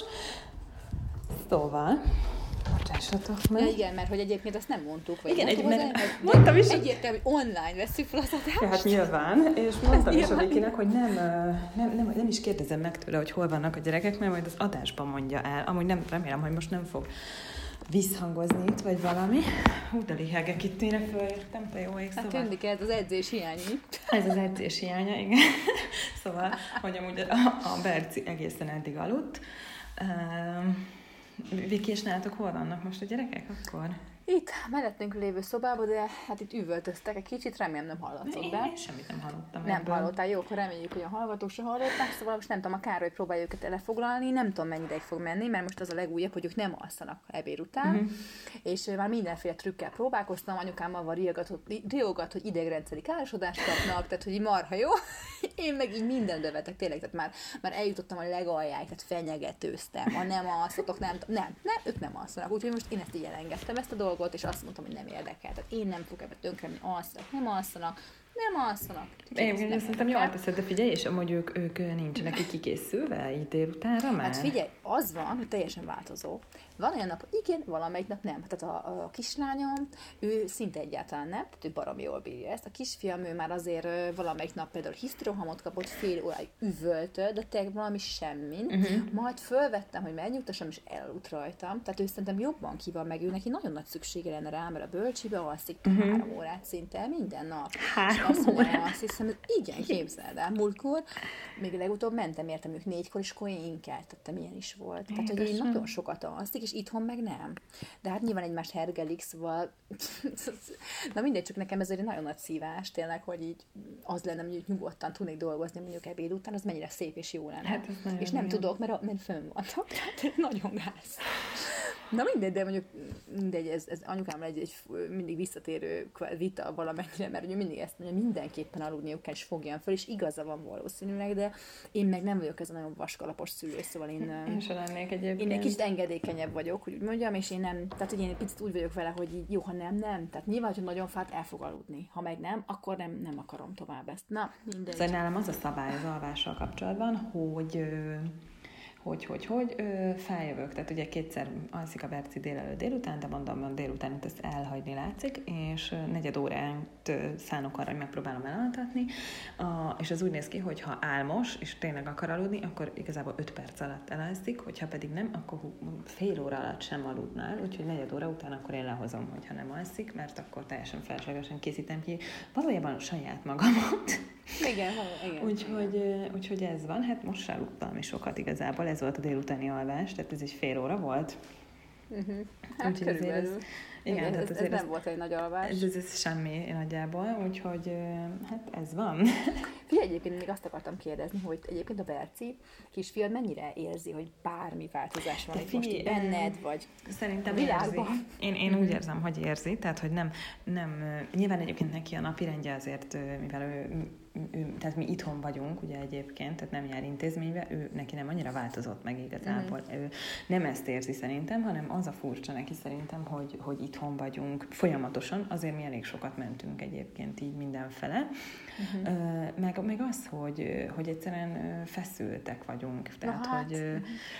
Szóval, bocsássatok meg. Ja, igen, mert hogy egyébként azt nem mondtuk. Vagy igen, egy, mert mondtam is. Egyértelmű, hogy online vesszük fel az adást. Ja, hát nyilván, és mondtam is a Vikinek, hogy nem, nem, nem, nem is kérdezem meg tőle, hogy hol vannak a gyerekek, mert majd az adásban mondja el. Amúgy nem, remélem, hogy most nem fog visszhangozni itt, vagy valami. Hú, de lihegek itt, tényre följöttem, te jó ég, hát szóval... tűnik ez az edzés hiány. Ez az edzés hiánya, igen. Szóval, hogy amúgy a, a Berci egészen eddig aludt. Um, Viki, és nálatok hol vannak most a gyerekek akkor? Itt, mellettünk lévő szobában, de hát itt üvöltöztek egy kicsit, remélem nem hallatszott be. Én semmit nem hallottam. Nem ebből. hallottál, jó, akkor reméljük, hogy a hallgatók se hallották, szóval most nem tudom, a Károly próbálja őket elefoglalni, nem tudom mennyi ideig fog menni, mert most az a legújabb, hogy ők nem alszanak ebéd után, uh-huh. és már mindenféle trükkel próbálkoztam, anyukámmal van riogat, hogy idegrendszeri károsodást kapnak, tehát hogy így marha jó, én meg így minden bevetek, tényleg, tehát már, már eljutottam a legaljáig, tehát fenyegetőztem, ha nem alszotok, nem, nem, nem, ők nem alszanak, úgyhogy most én ezt így elengedtem ezt a dolgot, és azt mondtam, hogy nem érdekel, tehát én nem fogok ebbe tönkremenni, alszanak, nem alszanak, nem alszanak. Én azt szerintem jól teszed, de figyelj, és amúgy ők, ők nincsenek így kikészülve így délutánra már? Hát figyelj, az van, hogy teljesen változó. Van olyan nap, hogy igen, valamelyik nap nem. Tehát a, a kislányom, ő szinte egyáltalán nem, tehát ő baromi jól bírja ezt. A kisfiam, ő már azért valamelyik nap például hisztirohamot kapott, fél óráig üvöltött, de tényleg valami semmin. Uh-huh. Majd fölvettem, hogy megnyugtassam, és elaludt rajtam. Tehát ő szerintem jobban ki van meg, ő neki nagyon nagy szüksége lenne rá, mert a bölcsibe alszik uh-huh. három órát szinte minden nap. Három órát? Azt hiszem, hogy igen, képzeld el. Múltkor, még legutóbb mentem, értem ők négykor, és akkor én inkeltettem, ilyen is volt. Tehát, hogy én nagyon sokat alszik, és itthon meg nem. De hát nyilván egymást hergelik, szóval na mindegy, csak nekem ez egy nagyon nagy szívás, tényleg, hogy így az lenne, hogy nyugodtan tudnék dolgozni mondjuk ebéd után, az mennyire szép és jó lenne. Hát, és nem jó. tudok, mert, mert fönn vannak. Tehát nagyon gáz. Na mindegy, de mondjuk mindegy, ez, ez anyukámmal egy, egy mindig visszatérő vita valamennyire, mert ugye mindig ezt mondja, mindenképpen aludniuk kell, és fogjam föl, és igaza van valószínűleg, de én meg nem vagyok ez a nagyon vaskalapos szülő, szóval én, én sem lennék egyébként. Én egy kicsit engedékenyebb vagyok, hogy úgy mondjam, és én nem, tehát hogy én egy picit úgy vagyok vele, hogy így, jó, ha nem, nem. Tehát nyilván, hogy nagyon fád, el fog aludni. Ha meg nem, akkor nem, nem akarom tovább ezt. Na, mindegy. Szóval nálam az a szabály az alvással kapcsolatban, hogy hogy, hogy, hogy ö, feljövök. Tehát ugye kétszer alszik a Berci délelőtt délután, de mondom, a délután itt ezt elhagyni látszik, és negyed órát szánok arra, hogy megpróbálom elaltatni, a, és az úgy néz ki, hogy ha álmos, és tényleg akar aludni, akkor igazából öt perc alatt elalszik, hogyha pedig nem, akkor fél óra alatt sem aludnál, úgyhogy negyed óra után akkor én lehozom, hogyha nem alszik, mert akkor teljesen feleslegesen készítem ki valójában saját magamat. Igen, igen. Úgyhogy, úgyhogy ez van, hát most se aludtam is sokat igazából, ez volt a délutáni alvás, tehát ez egy fél óra volt. Uh-huh. Hát úgyhogy körülbelül. Ez, igen, igen ez, ez nem ez, volt egy nagy alvás. Ez, ez, ez semmi nagyjából, úgyhogy hát ez van. Figyelj, egyébként még azt akartam kérdezni, hogy egyébként a Berci kisfiad mennyire érzi, hogy bármi változás van itt most így benned, vagy szerintem érzi. Én, én mm-hmm. úgy érzem, hogy érzi, tehát hogy nem, nem, nyilván egyébként neki a napirendje azért, mivel ő, ő, tehát mi itthon vagyunk, ugye egyébként, tehát nem jár intézménybe, ő neki nem annyira változott meg igazából. Mm-hmm. Ő nem ezt érzi szerintem, hanem az a furcsa neki szerintem, hogy, hogy itthon vagyunk folyamatosan, azért mi elég sokat mentünk egyébként így mindenfele. Uh-huh. Uh, meg, meg az, hogy, hogy egyszerűen feszültek vagyunk. Tehát, hát. hogy, uh-huh.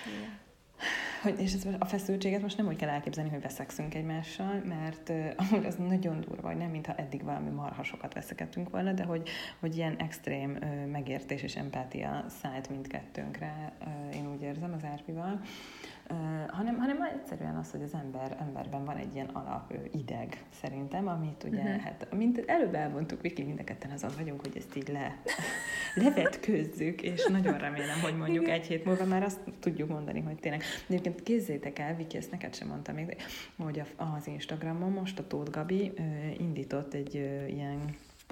hogy és ez, a feszültséget most nem úgy kell elképzelni, hogy veszekszünk egymással, mert uh, amúgy az nagyon durva, hogy nem mintha eddig valami marha sokat veszekedtünk volna, de hogy, hogy ilyen extrém uh, megértés és empátia szállt mindkettőnkre, uh, én úgy érzem az Árpival. Uh, hanem, hanem egyszerűen az, hogy az ember, emberben van egy ilyen alap uh, ideg, szerintem, amit ugye, uh-huh. hát, mint előbb elmondtuk, Viki, mind a ketten azon vagyunk, hogy ezt így le, levetközzük, és nagyon remélem, hogy mondjuk egy hét múlva már azt tudjuk mondani, hogy tényleg. Egyébként kézzétek el, Viki, ezt neked sem mondtam még, hogy az Instagramon most a Tóth Gabi uh, indított egy uh, ilyen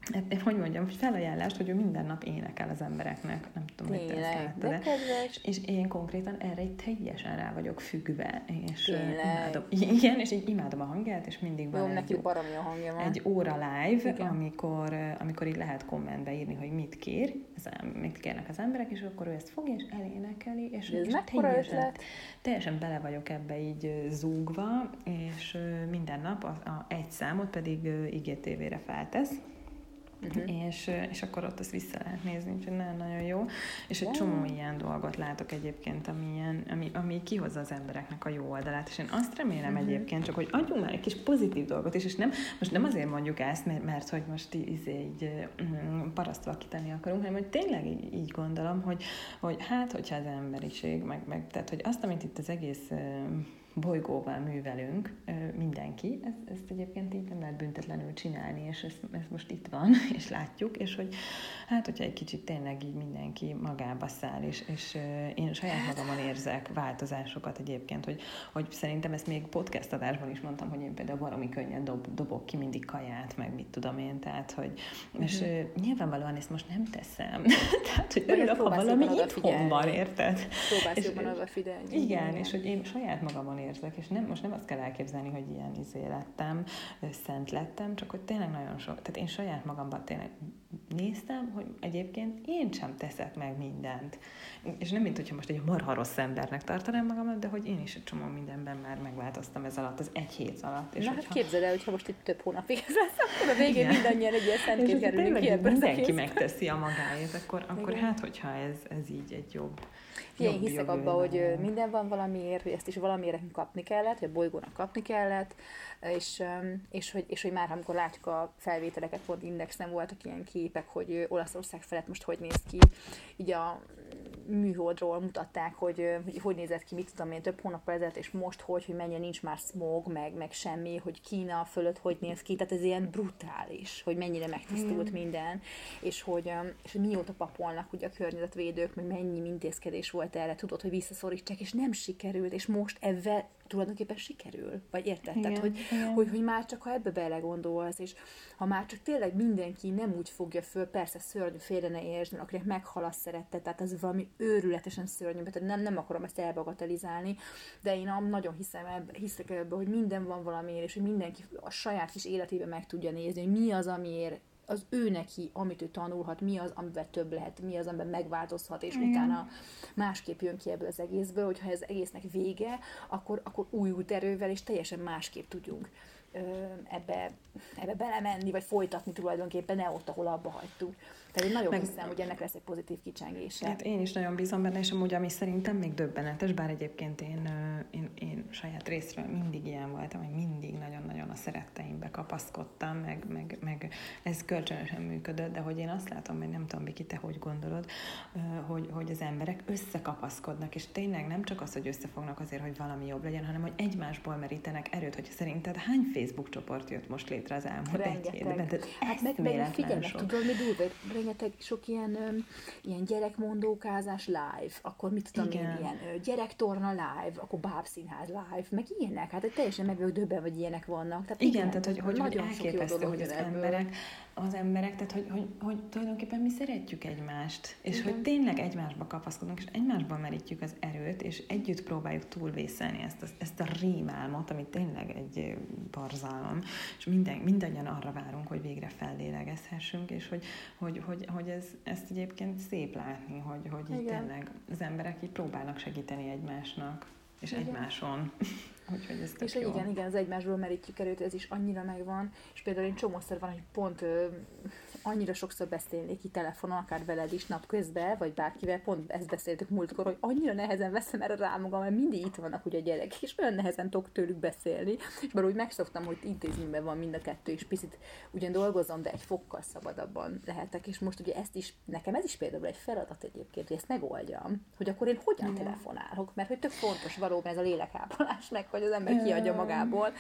hát, hogy mondjam, felajánlást, hogy ő minden nap énekel az embereknek. Nem tudom, hogy te ezt láttad. És, és én konkrétan erre egy teljesen rá vagyok függve. És Tényleg. imádom. Igen, és így imádom a hangját, és mindig van Jó, egy, neki baromi a hangja van. egy óra live, amikor, amikor így lehet kommentbe írni, hogy mit kér, ez, mit kérnek az emberek, és akkor ő ezt fogja, és elénekeli, és, és teljesen, teljesen bele vagyok ebbe így zúgva, és minden nap a, a egy számot pedig i gé té vére feltesz, Uh-huh. És, és akkor ott azt vissza lehet nézni, úgyhogy nagyon-nagyon jó. És egy csomó ilyen dolgot látok egyébként, ami, ilyen, ami, ami kihozza az embereknek a jó oldalát, és én azt remélem uh-huh. egyébként csak, hogy adjunk már egy kis pozitív dolgot is, és nem, most nem azért mondjuk ezt, mert, mert hogy most így, így parasztvakítani akarunk, hanem hogy tényleg így, így gondolom, hogy, hogy hát, hogyha az emberiség, meg, meg tehát, hogy azt, amit itt az egész bolygóval művelünk, mindenki, ezt, ezt egyébként így nem lehet büntetlenül csinálni, és ez, ez most itt van, és látjuk, és hogy hát, hogyha egy kicsit tényleg így mindenki magába száll, és, és én saját magamon érzek változásokat egyébként, hogy, hogy szerintem ezt még podcast adásban is mondtam, hogy én például valami könnyen dob, dobok ki mindig kaját, meg mit tudom én, tehát, hogy és mm-hmm. nyilvánvalóan ezt most nem teszem, tehát, hogy örülök, ha valami itthon van, érted? Próbálsz jobban odafigyelni. Igen, igen, és hogy én saját magamon érzek, és nem, most nem azt kell elképzelni, hogy ilyen izé lettem, szent lettem, csak hogy tényleg nagyon sok, tehát én saját magamban tényleg néztem, hogy egyébként én sem teszek meg mindent. És nem mint, hogyha most egy marha rossz embernek tartanám magamat, de hogy én is egy csomó mindenben már megváltoztam ez alatt, az egy hét alatt. És Na hogyha... hát képzeld el, hogyha most itt több hónapig ez lesz, akkor a végén igen. mindannyian egy ilyen szentként kerülünk ki ebből. Mindenki megteszi a magáét, akkor, akkor hát, hogyha ez, ez így egy jobb. Én jobb, hiszek abba, hogy minden van valamiért, hogy ezt is valamiért kapni kellett, hogy a bolygónak kapni kellett, és, és, hogy, és hogy már amikor látjuk a felvételeket, pont Indexen voltak ilyen képek, hogy Olaszország felett most hogy néz ki, így a műholdról mutatták, hogy, hogy hogy nézett ki, mit tudom én, több hónappal ezelőtt, és most hogy, hogy mennyire nincs már smog, meg, meg semmi, hogy Kína fölött hogy néz ki, tehát ez ilyen brutális, hogy mennyire megtisztult mm. minden, és hogy, és hogy mióta papolnak ugye a környezetvédők, meg mennyi intézkedés volt erre, tudod, hogy visszaszorítsák, és nem sikerült, és most ebben tulajdonképpen sikerül, vagy érted? Igen, tehát, hogy, hogy, hogy már csak ha ebbe belegondolsz, és ha már csak tényleg mindenki nem úgy fogja föl, persze szörnyű, félre ne értsd, mert akinek meghal a szerette, tehát az valami őrületesen szörnyű, tehát nem, nem akarom ezt elbagatelizálni, de én nagyon hiszem ebbe, hiszek ebbe, hogy minden van valamiért, és hogy mindenki a saját kis életében meg tudja nézni, hogy mi az, amiért az ő neki, amit ő tanulhat, mi az, amiben több lehet, mi az, amiben megváltozhat, és igen. utána másképp jön ki ebből az egészből, hogyha ez egésznek vége, akkor, akkor új út erővel, és teljesen másképp tudjunk ö, ebbe, ebbe belemenni, vagy folytatni tulajdonképpen, ne ott, ahol abba hagytuk. Tehát én nagyon Meg, hiszem, hogy ennek lesz egy pozitív kicsengése. Hát én is nagyon bízom benne, és amúgy, ami szerintem még döbbenetes, bár egyébként én, én, én saját részről mindig ilyen voltam, hogy mindig nagyon-nagyon a szeretteimbe kapaszkodtam, meg, meg, meg ez kölcsönösen működött, de hogy én azt látom, hogy nem tudom, Viki, te hogy gondolod, hogy, hogy az emberek összekapaszkodnak, és tényleg nem csak az, hogy összefognak azért, hogy valami jobb legyen, hanem hogy egymásból merítenek erőt, hogy szerinted hány Facebook csoport jött most létre az elmúlt egy hétben? Hát meg, meg figyelj, tudod, mi durva, rengeteg sok ilyen, öm, ilyen gyerekmondókázás live, akkor mit tudom én, ilyen ö, gyerektorna live, akkor bábszínház live, meg ilyenek, hát teljesen meg vagyok döbben, hogy ilyenek vannak. Tehát igen, igen, tehát hogy, hogy, hogy elképesztő, hogy az emberek, az emberek, tehát hogy, hogy, hogy tulajdonképpen mi szeretjük egymást, és igen. hogy tényleg egymásba kapaszkodunk, és egymásban merítjük az erőt, és együtt próbáljuk túlvészelni ezt a, ezt a rémálmot, ami tényleg egy borzalom, és minden, mindannyian arra várunk, hogy végre fellélegezhessünk, és hogy, hogy, hogy, hogy ez, ezt egyébként szép látni, hogy, hogy így tényleg az emberek így próbálnak segíteni egymásnak, és igen. egymáson. Úgyhogy ez tök és jó. igen, igen, az egymásból merítjük erőt, ez is annyira megvan, és például én csomószor van, hogy pont ö, annyira sokszor beszélnék ki telefonon, akár veled is napközben, vagy bárkivel, pont ezt beszéltük múltkor, hogy annyira nehezen veszem erre rá magam, mert mindig itt vannak ugye a gyerekek, és olyan nehezen tudok tőlük beszélni, és bár úgy megszoktam, hogy intézményben van mind a kettő, és picit ugyan dolgozom, de egy fokkal szabadabban lehetek, és most ugye ezt is, nekem ez is például egy feladat egyébként, hogy ezt megoldjam, hogy akkor én hogyan igen. telefonálok, mert hogy tök fontos valóban ez a lélekápolás, meg hogy az ember kiadja magából,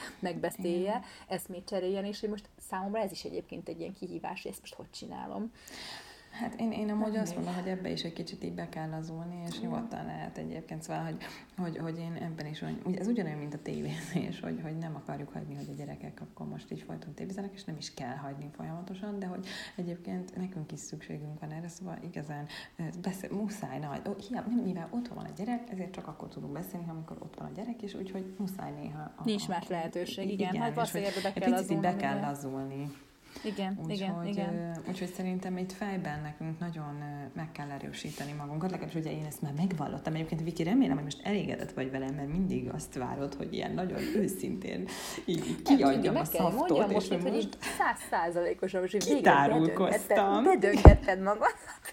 megbeszélje, eszmét cseréljen, és hogy most számomra ez is egyébként egy ilyen kihívás, hogy ezt most hogy csinálom. Hát én, én amúgy azt mondom, hogy ebbe is egy kicsit így be kell lazulni, és nyugodtan lehet egyébként, szóval, hogy, hogy, hogy én ebben is, hogy ez ugyanolyan, mint a tévézés, hogy, hogy nem akarjuk hagyni, hogy a gyerekek akkor most így folyton tévézenek, és nem is kell hagyni folyamatosan, de hogy egyébként nekünk is szükségünk van erre, szóval igazán beszél, muszáj, na, hiába, nem, mivel otthon van a gyerek, ezért csak akkor tudunk beszélni, amikor ott van a gyerek, és úgyhogy muszáj néha. A, Nincs más lehetőség, igen, igen hát valószínűleg be kell lazulni. Be kell lazulni. Igen, úgy, igen, hogy, igen. Úgyhogy szerintem itt fejben nekünk nagyon meg kell erősíteni magunkat. Legalábbis ugye én ezt már megvallottam. Egyébként, Viki, remélem, hogy most elégedett vagy velem, mert mindig azt várod, hogy ilyen nagyon őszintén így, így kiadjam a szaftot. Mondjam, most, hogy most száz százalékosan, hogy kitárulkoztam. Bedöngetted magad.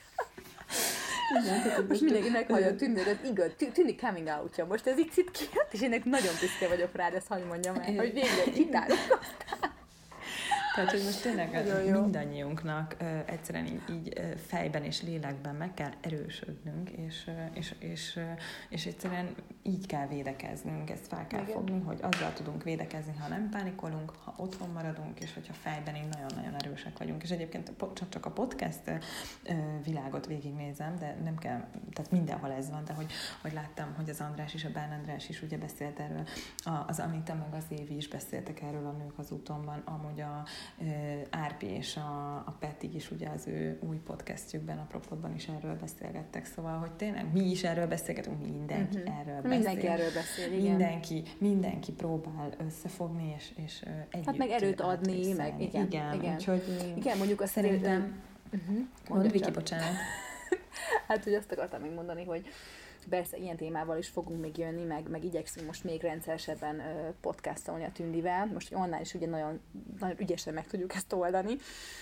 Igen, most mindenki meghallja a tűnődet, igaz, tűni coming out-ja. Most ez itt kijött, és én nagyon büszke vagyok rád, ezt hadd mondjam el, hogy végre kitárulkoztál. Tehát, hogy most tényleg mindannyiunknak uh, egyszerűen így, így uh, fejben és lélekben meg kell erősödnünk, és, uh, és, és, uh, és egyszerűen így kell védekeznünk, ezt fel kell Igen. fogni, hogy azzal tudunk védekezni, ha nem pánikolunk, ha otthon maradunk, és hogyha fejben így nagyon-nagyon erősek vagyunk. És egyébként csak, csak a podcast uh, világot végignézem, de nem kell, tehát mindenhol ez van, de hogy, hogy láttam, hogy az András és a Bán András is ugye beszélt erről, a, az Anita meg az Évi is beszéltek erről a Nők az útonban, amúgy a Árpi és a, a Peti is ugye az ő új podcastjükben, a Propodban is erről beszélgettek, szóval, hogy tényleg mi is erről beszélgetünk, mindenki uh-huh. erről beszél. Mindenki erről beszél, igen. Mindenki, mindenki próbál összefogni, és, és együtt hát meg erőt adni, meg igen. Igen, igen. Úgyhogy igen, mondjuk azt szerintem... Uh-huh. Mondd, Viki, bocsánat. Hát, hogy azt akartam még mondani, hogy persze ilyen témával is fogunk még jönni, meg, meg igyekszünk most még rendszeresebben uh, podcastolni a Tündivel. Most online is ugye nagyon, nagyon ügyesen meg tudjuk ezt oldani.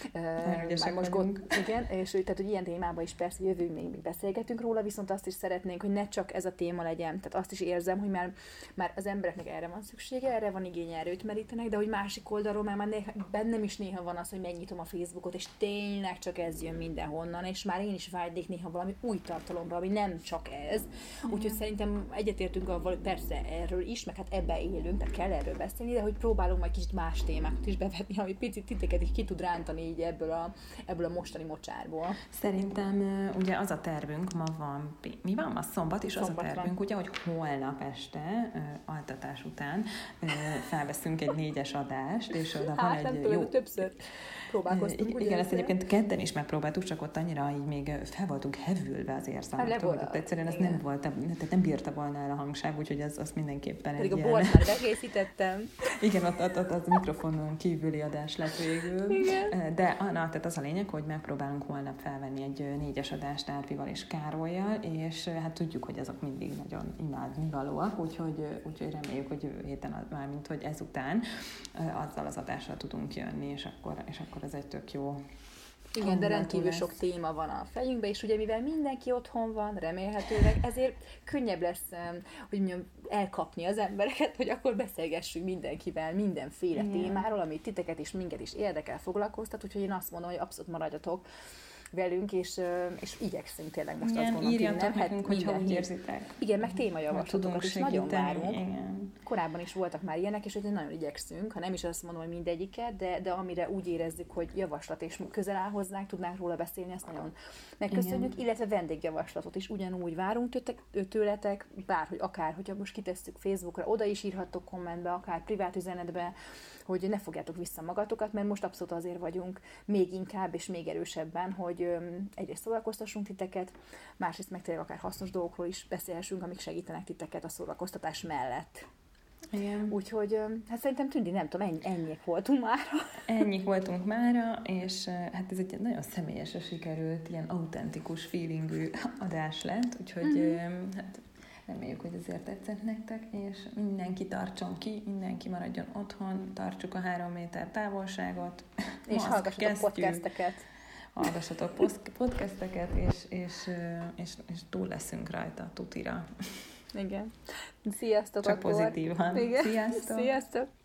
Uh, ügyesek most gond, igen, és tehát, hogy ilyen témában is persze jövünk, még, még beszélgetünk róla, viszont azt is szeretnénk, hogy ne csak ez a téma legyen. Tehát azt is érzem, hogy már, már az embereknek erre van szüksége, erre van igénye, erőt merítenek, de hogy másik oldalról már, már néha, bennem is néha van az, hogy megnyitom a Facebookot, és tényleg csak ez jön mindenhonnan, és már én is vágynék néha valami új tartalomra, ami nem csak ez. Úgyhogy szerintem egyetértünk avval, persze erről is, meg hát ebbe élünk, tehát kell erről beszélni, de hogy próbálunk majd kicsit más témákat is bevetni, ami picit titeket is ki tud rántani így ebből a, ebből a mostani mocsárból. Szerintem ugye az a tervünk, ma van, mi van ma? Szombat, és Szombat az a tervünk, van. Ugye, hogy holnap este, altatás után felveszünk egy négyes adást, és oda hát, van egy tudom, jó... többször próbálkoztunk. Igen, ugye, ezt egyébként kedden is megpróbáltuk, csak ott annyira így még fel voltunk hevülve az érzalektől, hogy ott egyszerűen ez nem volt, tehát nem bírta volna el a hangság, úgyhogy az, az mindenképpen pedig egy a bort már bekészítettem. Igen, ott, ott, ott az mikrofonon kívüli adás lett végül. Igen. De na, tehát az a lényeg, hogy megpróbálunk holnap felvenni egy négyes adást Árpival és Károlyjal, és hát tudjuk, hogy azok mindig nagyon imádnivalóak, úgyhogy, úgyhogy reméljük, hogy jövő héten már, mint hogy ezután azzal az adással tudunk jönni, és akkor, és akkor ez egy tök jó. Igen, de rendkívül lesz. Sok téma van a fejünkben, és ugye mivel mindenki otthon van, remélhetőleg, ezért könnyebb lesz, hogy mondjam, elkapni az embereket, hogy akkor beszélgessünk mindenkivel, mindenféle Igen. témáról, amit titeket és minket is érdekel, foglalkoztat, úgyhogy én azt mondom, hogy abszolút maradjatok velünk, és, és igyekszünk tényleg most igen, azt gondolom, írjatok nekünk, hogyha úgy érzitek. Igen, meg témajavaslatokat is nagyon várunk. Igen. Korábban is voltak már ilyenek, és hogy nagyon igyekszünk, ha nem is azt mondom, hogy mindegyiket, de, de amire úgy érezzük, hogy javaslat és közel áll hozzánk, tudnánk róla beszélni, ezt nagyon megköszönjük, igen. Illetve vendégjavaslatot is ugyanúgy várunk tőletek, tőletek, bárhogy akár, hogyha most kitesszük Facebookra, oda is írhattok kommentbe, akár privát üzenetbe, hogy ne fogjátok vissza magatokat, mert most abszolút azért vagyunk még inkább és még erősebben, hogy öm, egyrészt szórakoztassunk titeket, másrészt meg tényleg akár hasznos dolgokról is beszélhessünk, amik segítenek titeket a szórakoztatás mellett. Igen. Úgyhogy hát szerintem Tündi, nem tudom, ennyi, ennyiek voltunk mára. Ennyik voltunk mára, és hát ez egy nagyon személyesre sikerült, ilyen autentikus feelingű adás lett, úgyhogy mm-hmm. hát reméljük, hogy ezért tetszett nektek, és mindenki tartson ki, mindenki maradjon otthon, tartsuk a három méter távolságot. És hallgassatok podcasteket. Hallgassatok podcasteket, és, és, és, és túl leszünk rajta, tutira. Igen. Sziasztok Csak akkor. pozitívan. Igen. Sziasztok. Sziasztok.